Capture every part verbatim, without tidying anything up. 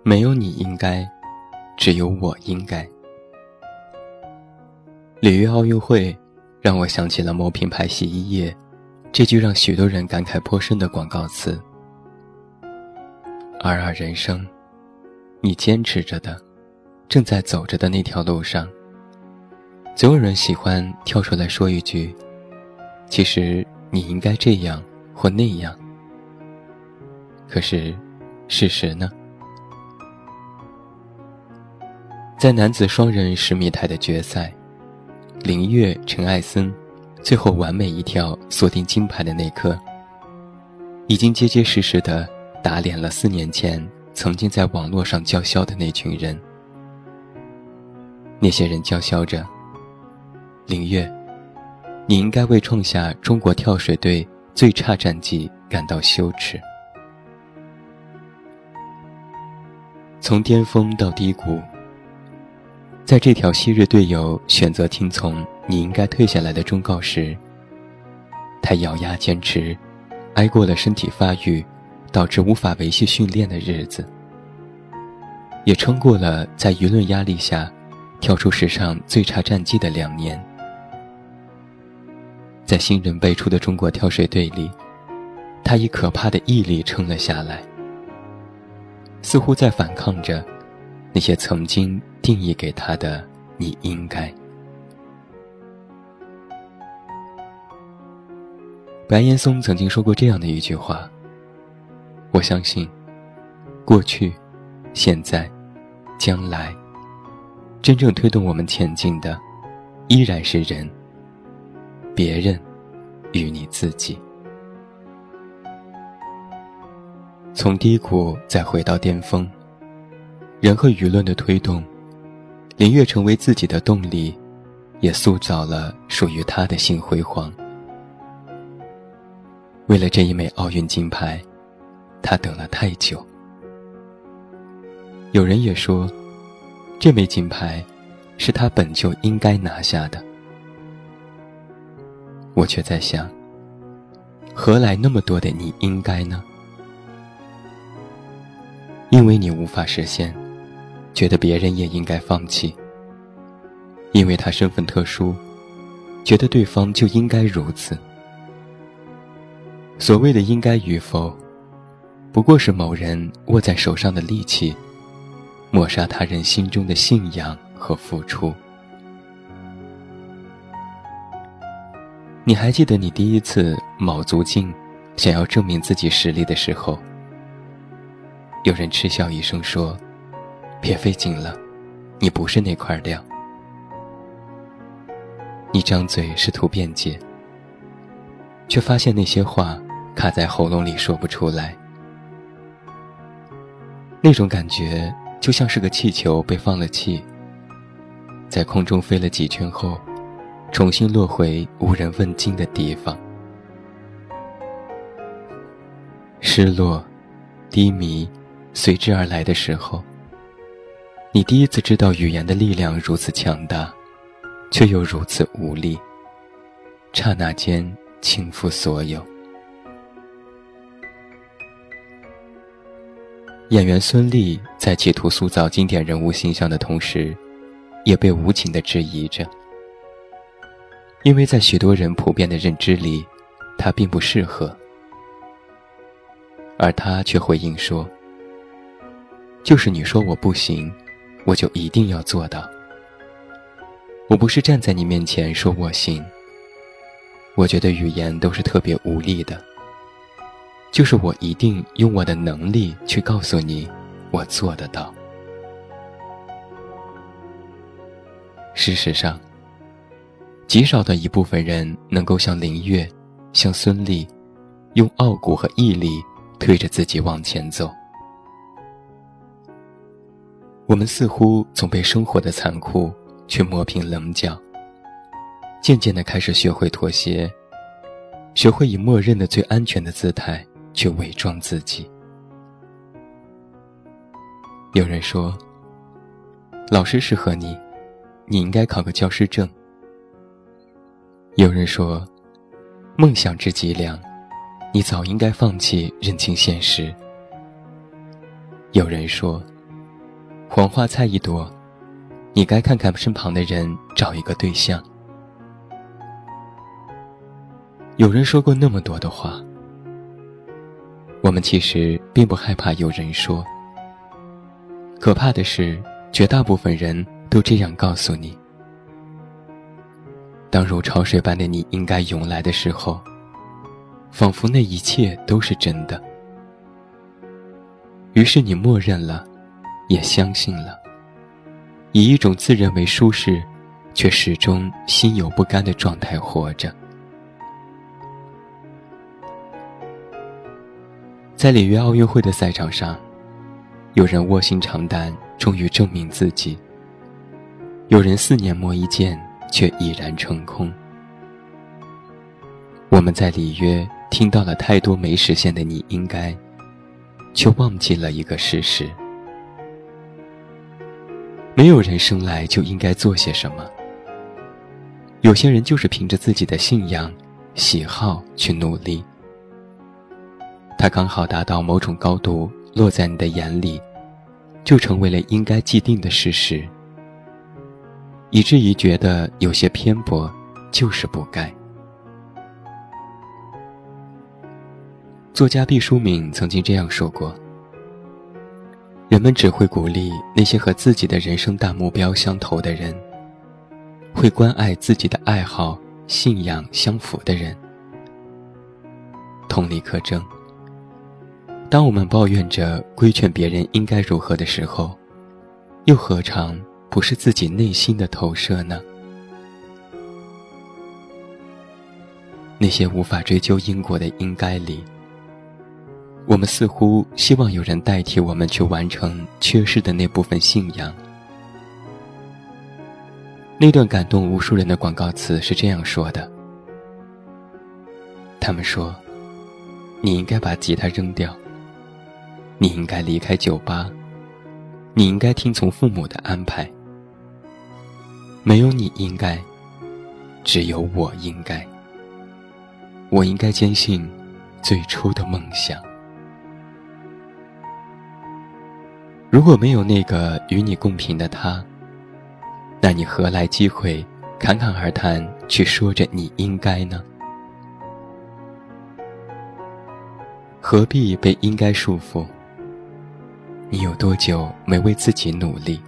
没有你应该，只有我应该。里约奥运会让我想起了某品牌洗衣液这句让许多人感慨颇深的广告词。二二人生，你坚持着的，正在走着的那条路上，总有人喜欢跳出来说一句，其实你应该这样或那样。可是事实呢？在男子双人十米台的决赛，林跃、陈艾森最后完美一跳锁定金牌的那刻，已经结结实实地打脸了四年前曾经在网络上叫嚣的那群人。那些人叫嚣着，林跃，你应该为创下中国跳水队最差战绩感到羞耻。从巅峰到低谷，在这条昔日队友选择听从你应该退下来的忠告时，他咬牙坚持，挨过了身体发育导致无法维系训练的日子，也撑过了在舆论压力下跳出史上最差战绩的两年。在新人辈出的中国跳水队里，他以可怕的毅力撑了下来，似乎在反抗着那些曾经定义给他的你应该。白岩松曾经说过这样的一句话，我相信过去、现在、将来，真正推动我们前进的依然是人、别人与你自己。从低谷再回到巅峰，人和舆论的推动，林跃成为自己的动力，也塑造了属于他的新辉煌。为了这一枚奥运金牌，他等了太久。有人也说，这枚金牌是他本就应该拿下的。我却在想，何来那么多的你应该呢？因为你无法实现，觉得别人也应该放弃；因为他身份特殊，觉得对方就应该如此。所谓的应该与否，不过是某人握在手上的利器，抹杀他人心中的信仰和付出。你还记得你第一次卯足劲想要证明自己实力的时候，有人嗤笑一声说，别费劲了，你不是那块料。你张嘴试图辩解，却发现那些话卡在喉咙里说不出来。那种感觉就像是个气球被放了气，在空中飞了几圈后，重新落回无人问津的地方。失落、低迷随之而来的时候，你第一次知道语言的力量如此强大，却又如此无力，刹那间倾覆所有。演员孙俪在企图塑造经典人物形象的同时，也被无情地质疑着。因为在许多人普遍的认知里，她并不适合。而她却回应说，就是你说我不行，我就一定要做到。我不是站在你面前说我行，我觉得语言都是特别无力的，就是我一定用我的能力去告诉你，我做得到。事实上，极少的一部分人能够像林跃、像孙俪，用傲骨和毅力推着自己往前走。我们似乎总被生活的残酷去磨平棱角，渐渐地开始学会妥协，学会以默认的最安全的姿态去伪装自己。有人说，老师适合你，你应该考个教师证。有人说，梦想之脊梁，你早应该放弃认清现实。有人说， 黄花菜一朵，你该看看身旁的人，找一个对象。有人说过那么多的话，我们其实并不害怕有人说，可怕的是绝大部分人都这样告诉你。当如潮水般的你应该涌来的时候，仿佛那一切都是真的，于是你默认了，也相信了，以一种自认为舒适却始终心有不甘的状态活着。在里约奥运会的赛场上，有人卧薪尝胆，终于证明自己；有人四年磨一剑，却已然成空。我们在里约听到了太多没实现的你应该，却忘记了一个事实：没有人生来就应该做些什么。有些人就是凭着自己的信仰、喜好去努力，他刚好达到某种高度，落在你的眼里，就成为了应该既定的事实，以至于觉得有些偏颇就是不该。作家毕淑敏曾经这样说过：人们只会鼓励那些和自己的人生大目标相投的人，会关爱自己的爱好、信仰相符的人。同理可证，当我们抱怨着规劝别人应该如何的时候，又何尝不是自己内心的投射呢？那些无法追究因果的应该里，我们似乎希望有人代替我们去完成缺失的那部分信仰。那段感动无数人的广告词是这样说的：他们说，你应该把吉他扔掉，你应该离开酒吧，你应该听从父母的安排。没有你应该，只有我应该。我应该坚信最初的梦想。如果没有那个与你共频的他，那你何来机会侃侃而谈去说着你应该呢？何必被应该束缚？你有多久没为自己努力？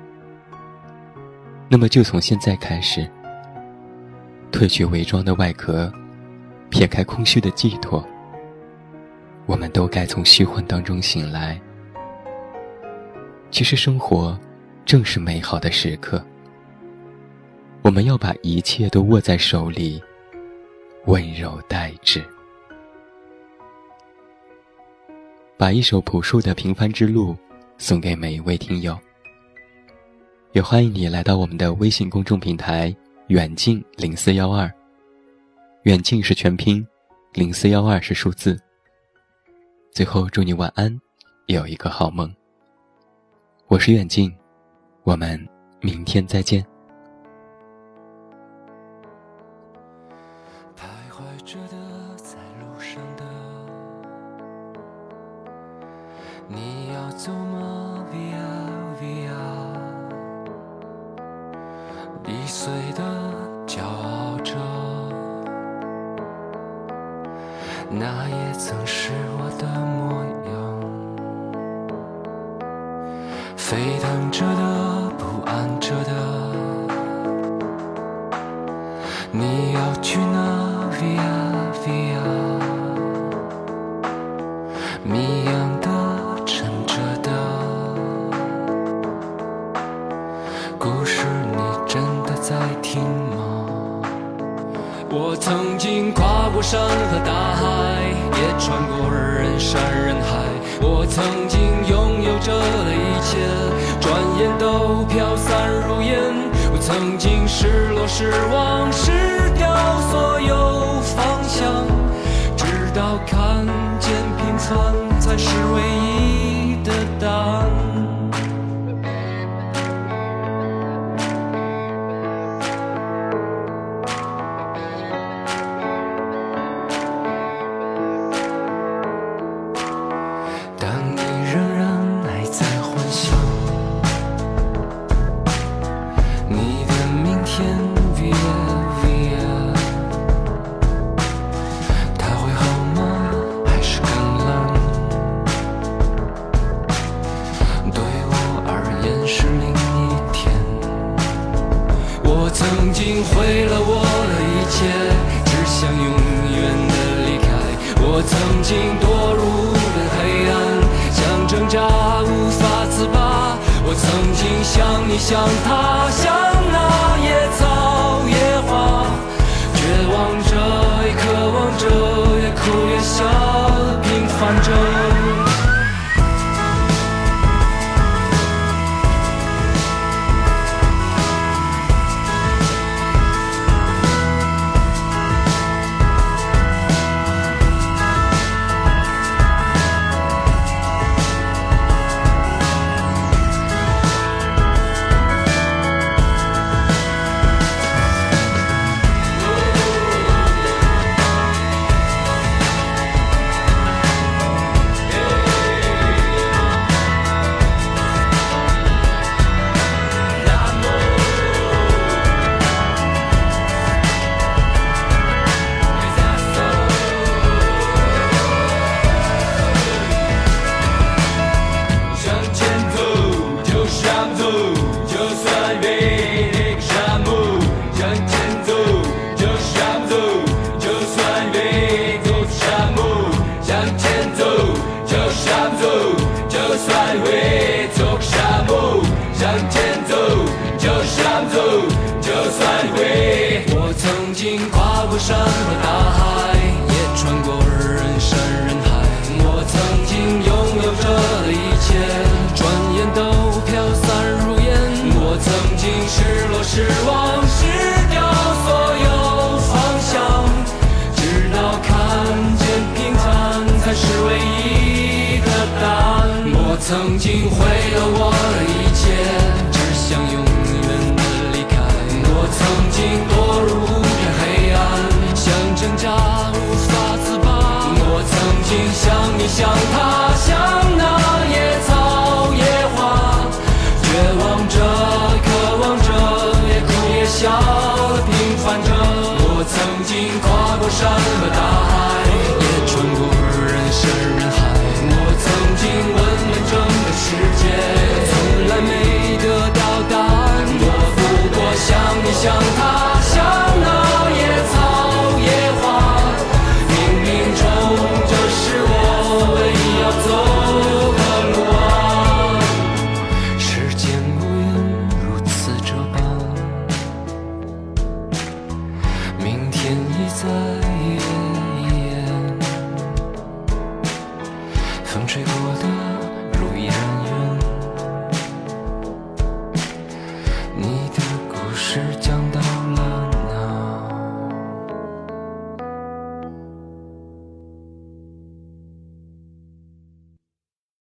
那么就从现在开始，褪去伪装的外壳，撇开空虚的寄托，我们都该从虚幻当中醒来。其实生活正是美好的时刻，我们要把一切都握在手里，温柔待之。把一首朴树的《平凡之路》送给每一位听友，也欢迎你来到我们的微信公众平台远近零四一二，远近是全拼，零四一二是数字。最后祝你晚安，有一个好梦。我是远近，我们明天再见。 徘徊着的，在路上的，你要走吗 ？Via Via， 易碎的骄傲着，那也曾是我的模样。沸腾着的，不安着的，你要去哪 ？Via Via， 谜样的，沉着的，故事你真的在听吗？我曾经跨过山和大海，也穿过人山人海。我曾经拥有着的一切，转眼都飘散如烟。我曾经失落失望失掉所有方向，直到看见平凡才是唯一的答案。当你仍然还在幻想， 曾经堕入无边黑暗，想挣扎无法自拔。我曾经像你像他，像那野草野花，绝望着也渴望着，也哭也笑，平凡着。我曾经跨过山和大海，也穿过人山人海。我曾经拥有着的一切，转眼都飘散如烟。我曾经失落失望失掉所有方向，直到看见平凡才是唯一的答案。我曾经毁了我的一切，只想永远的离开。我曾经堕入无边黑暗，想挣扎无法自拔。我曾经像你像他，像那野草野花，绝望着渴望着，也哭也笑的平凡着。我曾经跨过山和大海，也穿过人山人海。我曾经问了整个世界，从来没得到答案。我不过像你像他，像那野草野花，冥冥中这是我唯一要走的路啊。时间无言如此这般，明天已在眼